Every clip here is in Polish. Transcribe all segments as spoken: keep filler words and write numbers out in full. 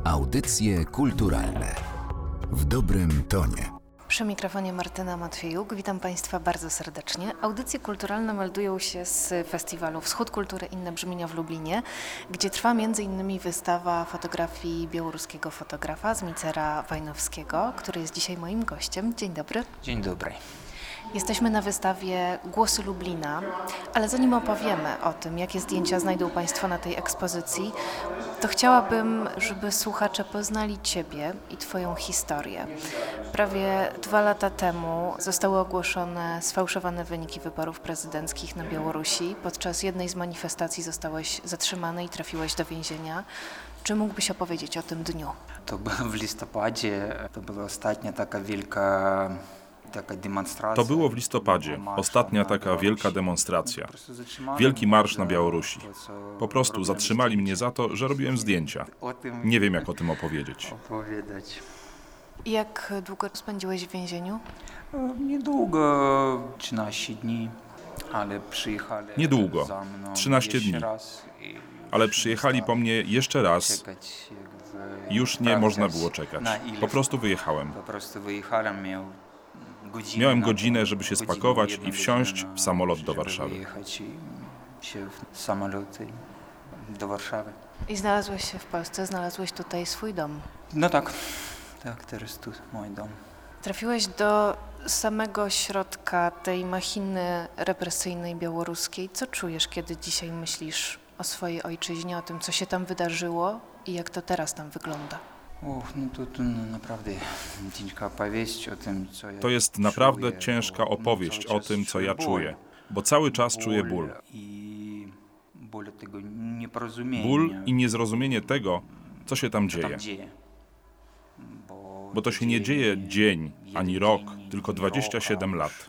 Audycje kulturalne w dobrym tonie. Przy mikrofonie Martyna Matwiejuk. Witam Państwa bardzo serdecznie. Audycje kulturalne meldują się z festiwalu Wschód Kultury Inne Brzmienia w Lublinie, gdzie trwa między innymi wystawa fotografii białoruskiego fotografa Zmicera Wajnowskiego, który jest dzisiaj moim gościem. Dzień dobry. Dzień dobry. Jesteśmy na wystawie Głosy Lublina, ale zanim opowiemy o tym, jakie zdjęcia znajdą Państwo na tej ekspozycji, to chciałabym, żeby słuchacze poznali Ciebie i Twoją historię. Prawie dwa lata temu zostały ogłoszone sfałszowane wyniki wyborów prezydenckich na Białorusi. Podczas jednej z manifestacji zostałeś zatrzymany i trafiłeś do więzienia. Czy mógłbyś opowiedzieć o tym dniu? To było w listopadzie, to była ostatnia taka wielka... To było w listopadzie, ostatnia taka wielka demonstracja. Wielki marsz na Białorusi. Po prostu zatrzymali mnie za to, że robiłem zdjęcia. Nie wiem, jak o tym opowiedzieć. Jak długo spędziłeś w więzieniu? Niedługo, trzynaście dni, ale przyjechali. Niedługo, trzynaście dni. Ale przyjechali po mnie jeszcze raz. Już nie można było czekać. Po prostu wyjechałem. Po prostu wyjechałem, miał Miałem godzinę, żeby się spakować i wsiąść w samolot do Warszawy. Się w samolot do Warszawy. I znalazłeś się w Polsce, znalazłeś tutaj swój dom. No tak, tak, teraz tu mój dom. Trafiłeś do samego środka tej machiny represyjnej białoruskiej. Co czujesz, kiedy dzisiaj myślisz o swojej ojczyźnie, o tym, co się tam wydarzyło i jak to teraz tam wygląda? Och, no to, to no, naprawdę ciężka opowieść o tym, co ja To jest naprawdę ciężka opowieść o tym, co ja czuję, bo cały czas czuję ból. Ból i niezrozumienie tego, co się tam dzieje. Bo to się nie dzieje dzień, ani rok, tylko dwadzieścia siedem lat.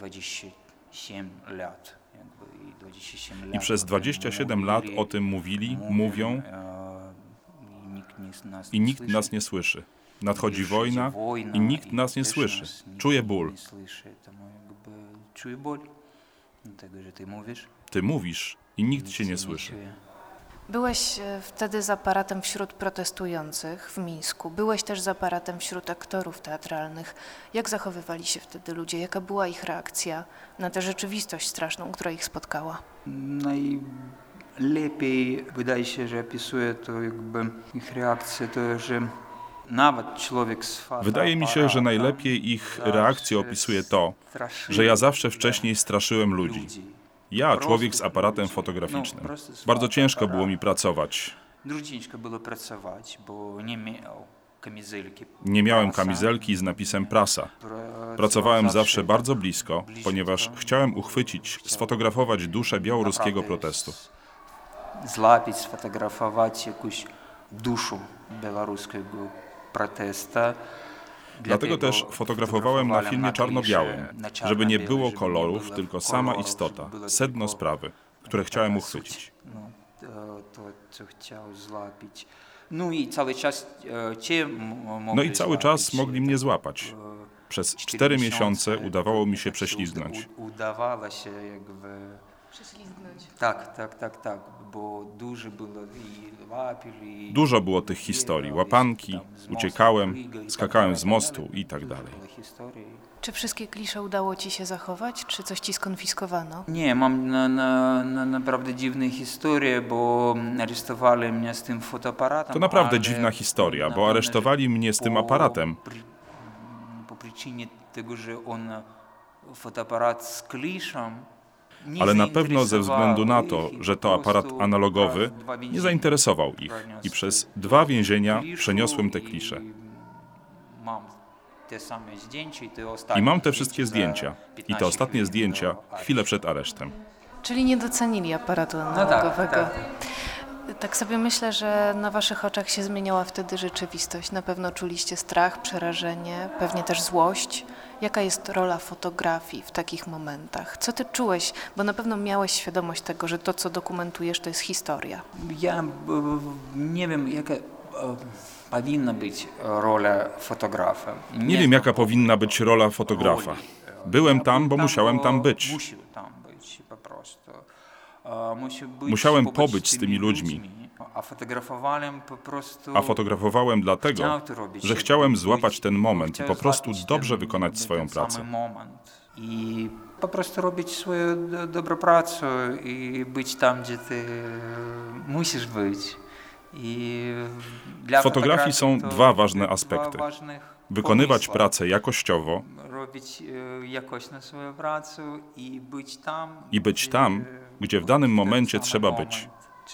I przez dwadzieścia siedem lat o tym mówili, mówią, i nikt nas nie słyszy. Nadchodzi wojna i nikt nas nie słyszy. Czuję ból. Ty mówisz i nikt cię nie słyszy. Byłeś wtedy z aparatem wśród protestujących w Mińsku. Byłeś też z aparatem wśród aktorów teatralnych. Jak zachowywali się wtedy ludzie? Jaka była ich reakcja na tę rzeczywistość straszną, która ich spotkała? Najlepiej wydaje się, że opisuje to jakby ich reakcję, to że nawet człowiek z fotoaparatem... Wydaje mi się, że najlepiej ich reakcję opisuje to, że ja zawsze wcześniej straszyłem ludzi. Ja, człowiek z aparatem fotograficznym. Bardzo ciężko było mi pracować. Dużo ciężko było pracować, bo nie miał kamizelki. Nie miałem kamizelki z napisem prasa. Pracowałem zawsze bardzo blisko, ponieważ chciałem uchwycić, sfotografować duszę białoruskiego protestu. Złapić, sfotografować jakąś duszę białoruskiego protestu. Dlatego też fotografowałem na filmie czarno-białym, żeby nie było kolorów, tylko sama istota, sedno sprawy, które chciałem uchwycić. To, co chciał złapić. No i cały czas cię No i cały czas mogli mnie złapać. Przez cztery miesiące udawało mi się prześlizgnąć. Udawało się jakby... Prześlizgnąć. Tak, tak, tak, tak, bo dużo było i łapili... Dużo było tych historii, łapanki, uciekałem, skakałem z mostu i tak dalej. Czy wszystkie klisze udało Ci się zachować, czy coś Ci skonfiskowano? Nie, mam na, na, na naprawdę dziwne historie, bo aresztowali mnie z tym fotoaparatem. To naprawdę dziwna historia, bo aresztowali mnie z tym aparatem. Po przyczynie tego, że on fotoaparat z kliszem. Ale na pewno ze względu na to, że to aparat analogowy, nie zainteresował ich i przez dwa więzienia przeniosłem te klisze. I mam te wszystkie zdjęcia i te ostatnie zdjęcia chwilę przed aresztem. Czyli nie docenili aparatu analogowego. No tak, tak. Tak sobie myślę, że na Waszych oczach się zmieniała wtedy rzeczywistość. Na pewno czuliście strach, przerażenie, pewnie też złość. Jaka jest rola fotografii w takich momentach? Co Ty czułeś? Bo na pewno miałeś świadomość tego, że to, co dokumentujesz, to jest historia. Ja nie wiem, jaka powinna być rola fotografa. Nie, nie wiem, jaka powinna być rola fotografa. Byłem tam, bo musiałem tam być. Musiał tam być po prostu. Musiałem pobyć z tymi ludźmi. A fotografowałem dlatego, że chciałem złapać ten moment i po prostu dobrze wykonać swoją pracę. I po prostu robić swoją dobrą pracę i być tam, gdzie ty musisz być. W fotografii są dwa ważne aspekty. Wykonywać pracę jakościowo robić jakośną swoją pracę i być tam, i być tam, gdzie w danym momencie trzeba być.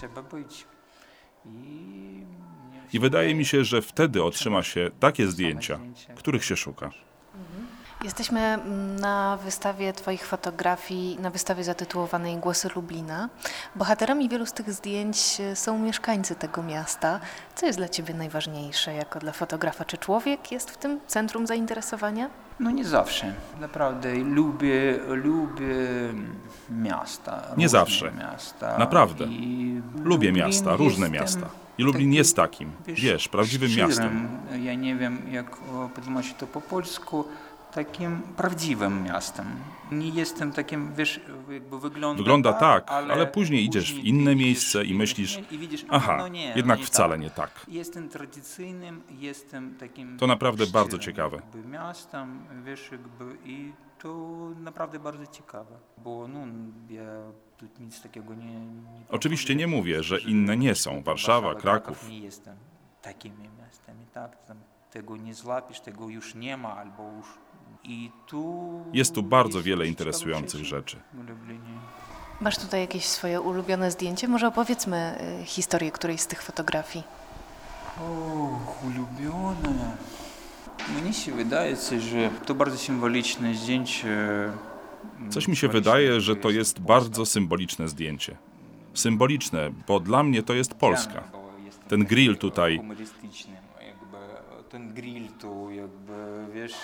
I wydaje mi się, że wtedy otrzyma się takie zdjęcia, których się szuka. Jesteśmy na wystawie Twoich fotografii, na wystawie zatytułowanej Głosy Lublina. Bohaterami wielu z tych zdjęć są mieszkańcy tego miasta. Co jest dla Ciebie najważniejsze jako dla fotografa? Czy człowiek jest w tym centrum zainteresowania? No nie zawsze. Naprawdę lubię, lubię miasta. Nie zawsze. Miasta. Naprawdę. I lubię miasta, różne miasta. I Lublin taki, jest takim, wiesz, wiesz prawdziwym szczyrym, miastem. Ja nie wiem, jak przetłumaczyć to po polsku. Takim prawdziwym miastem. Nie jestem takim, wiesz, jakby wygląda, wygląda tak, ale, ale później idziesz w inne miejsce i myślisz, i widzisz, aha, no nie, jednak no nie wcale tak. nie tak. Jestem tradycyjnym, jestem takim To naprawdę szczyrym, bardzo ciekawe. Jakby miastem, wiesz, jakby i to naprawdę bardzo ciekawe, bo no, ja tu nic takiego nie... nie Oczywiście nie mówię, że inne nie są, Warszawa, Kraków. Nie jestem takimi miastami, tak, tam tego nie złapiesz, tego już nie ma, albo już... I tu jest tu bardzo wiele interesujących rzeczy. Masz tutaj jakieś swoje ulubione zdjęcie? Może opowiedzmy y, historię którejś z tych fotografii. O, ulubione. Mnie się wydaje, że to bardzo symboliczne zdjęcie. Coś mi się wydaje, że to jest bardzo symboliczne zdjęcie. Symboliczne, bo dla mnie to jest Polska. Ten grill tutaj. Ten grill to jakby, wiesz,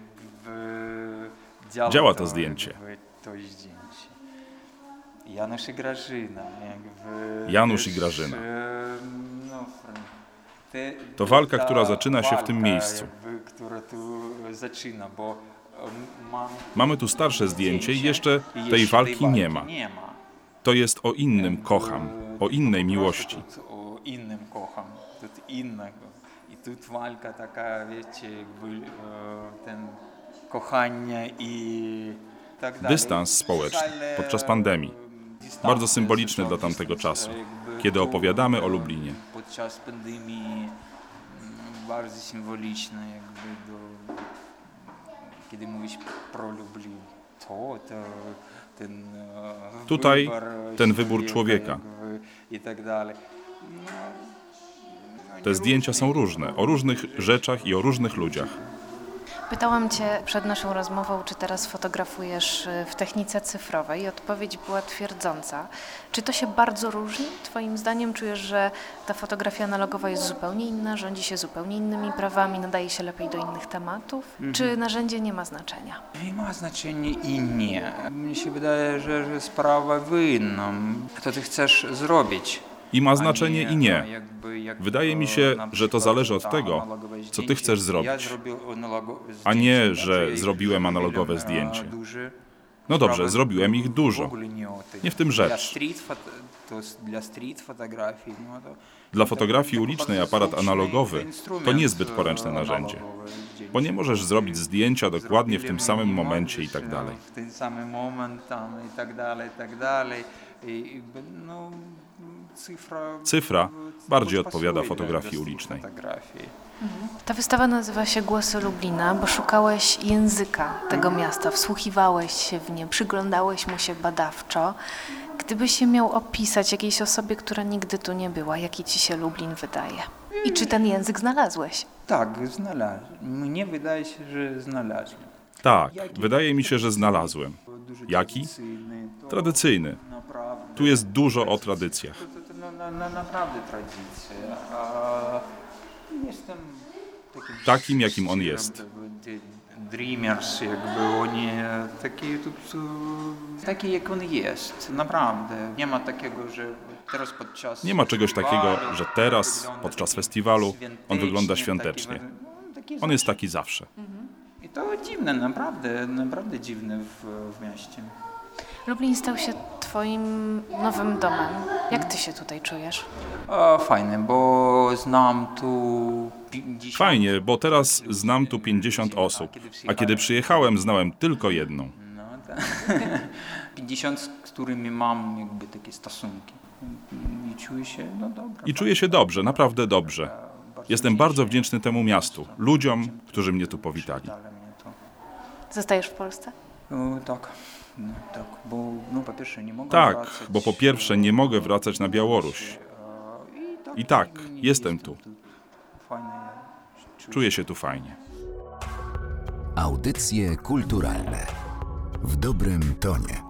działa to zdjęcie. To zdjęcie. Janusz i Grażyna. Jakby, Janusz i Grażyna. To walka, która zaczyna się w tym miejscu. Która tu zaczyna, bo mamy tu starsze zdjęcie i jeszcze tej walki nie ma. To jest o innym kocham, o innej miłości. O innym kocham, to innego. I tu walka taka, wiecie, jakby ten kochanie i tak dalej. Dystans społeczny podczas pandemii. Bardzo symboliczny dla tamtego czasu, kiedy opowiadamy o Lublinie. Podczas pandemii bardzo symboliczne, jakby do, kiedy mówisz pro Lublin. To, to ten Tutaj wybór ten wybór człowieka. I tak dalej. Te zdjęcia są różne, o różnych rzeczach i o różnych ludziach. Pytałam Cię przed naszą rozmową, czy teraz fotografujesz w technice cyfrowej i odpowiedź była twierdząca. Czy to się bardzo różni? Twoim zdaniem czujesz, że ta fotografia analogowa jest zupełnie inna, rządzi się zupełnie innymi prawami, nadaje się lepiej do innych tematów? Mhm. Czy narzędzie nie ma znaczenia? Nie ma znaczenia i nie. Mnie się wydaje, że, że sprawa w innym. Co ty chcesz zrobić? I ma znaczenie i nie. Wydaje mi się, że to zależy od tego, co ty chcesz zrobić, a nie, że zrobiłem analogowe zdjęcie. No dobrze, zrobiłem ich dużo. Nie w tym rzecz. Dla fotografii ulicznej aparat analogowy to niezbyt poręczne narzędzie, bo nie możesz zrobić zdjęcia dokładnie w tym samym momencie i tak dalej. W ten sam moment tam i tak dalej, i tak dalej. I, no, cyfra, cyfra bardziej odpowiada fotografii ulicznej. Ta wystawa nazywa się Głosy Lublina, bo szukałeś języka tego miasta, wsłuchiwałeś się w nie, przyglądałeś mu się badawczo. Gdybyś się miał opisać jakiejś osobie, która nigdy tu nie była, jaki ci się Lublin wydaje? I czy ten język znalazłeś? Tak, znalazłem. Mnie wydaje się, że znalazłem. Tak, wydaje mi się, że znalazłem. Jaki? Tradycyjny. Tu jest dużo o tradycjach. Naprawdę tradycje. Jestem takim, jakim on jest. Dreamers, jakby oni taki, taki jak on jest. Naprawdę. Nie ma takiego, że teraz podczas Nie ma czegoś takiego, że teraz, podczas festiwalu, on wygląda świątecznie. On jest taki zawsze. I to dziwne, naprawdę, naprawdę dziwne w, w mieście. Lublin stał się twoim swoim nowym domem. Jak ty się tutaj czujesz? A, fajnie, bo znam tu pięćdziesiąt... Fajnie, bo teraz znam tu pięćdziesiąt osób, a kiedy przyjechałem, znałem tylko jedną. No, tak. pięćdziesiąt, z którymi mam jakby takie stosunki. I czuję się, no dobra. I czuję się dobrze, naprawdę dobrze. Jestem bardzo wdzięczny temu miastu, ludziom, którzy mnie tu powitali. Zostajesz w Polsce? No, tak. No, tak, bo no, po pierwsze nie mogę Tak, wracać, bo po pierwsze nie mogę wracać na Białoruś. I tak, jestem tu. Czuję się tu fajnie. Audycje kulturalne w dobrym tonie.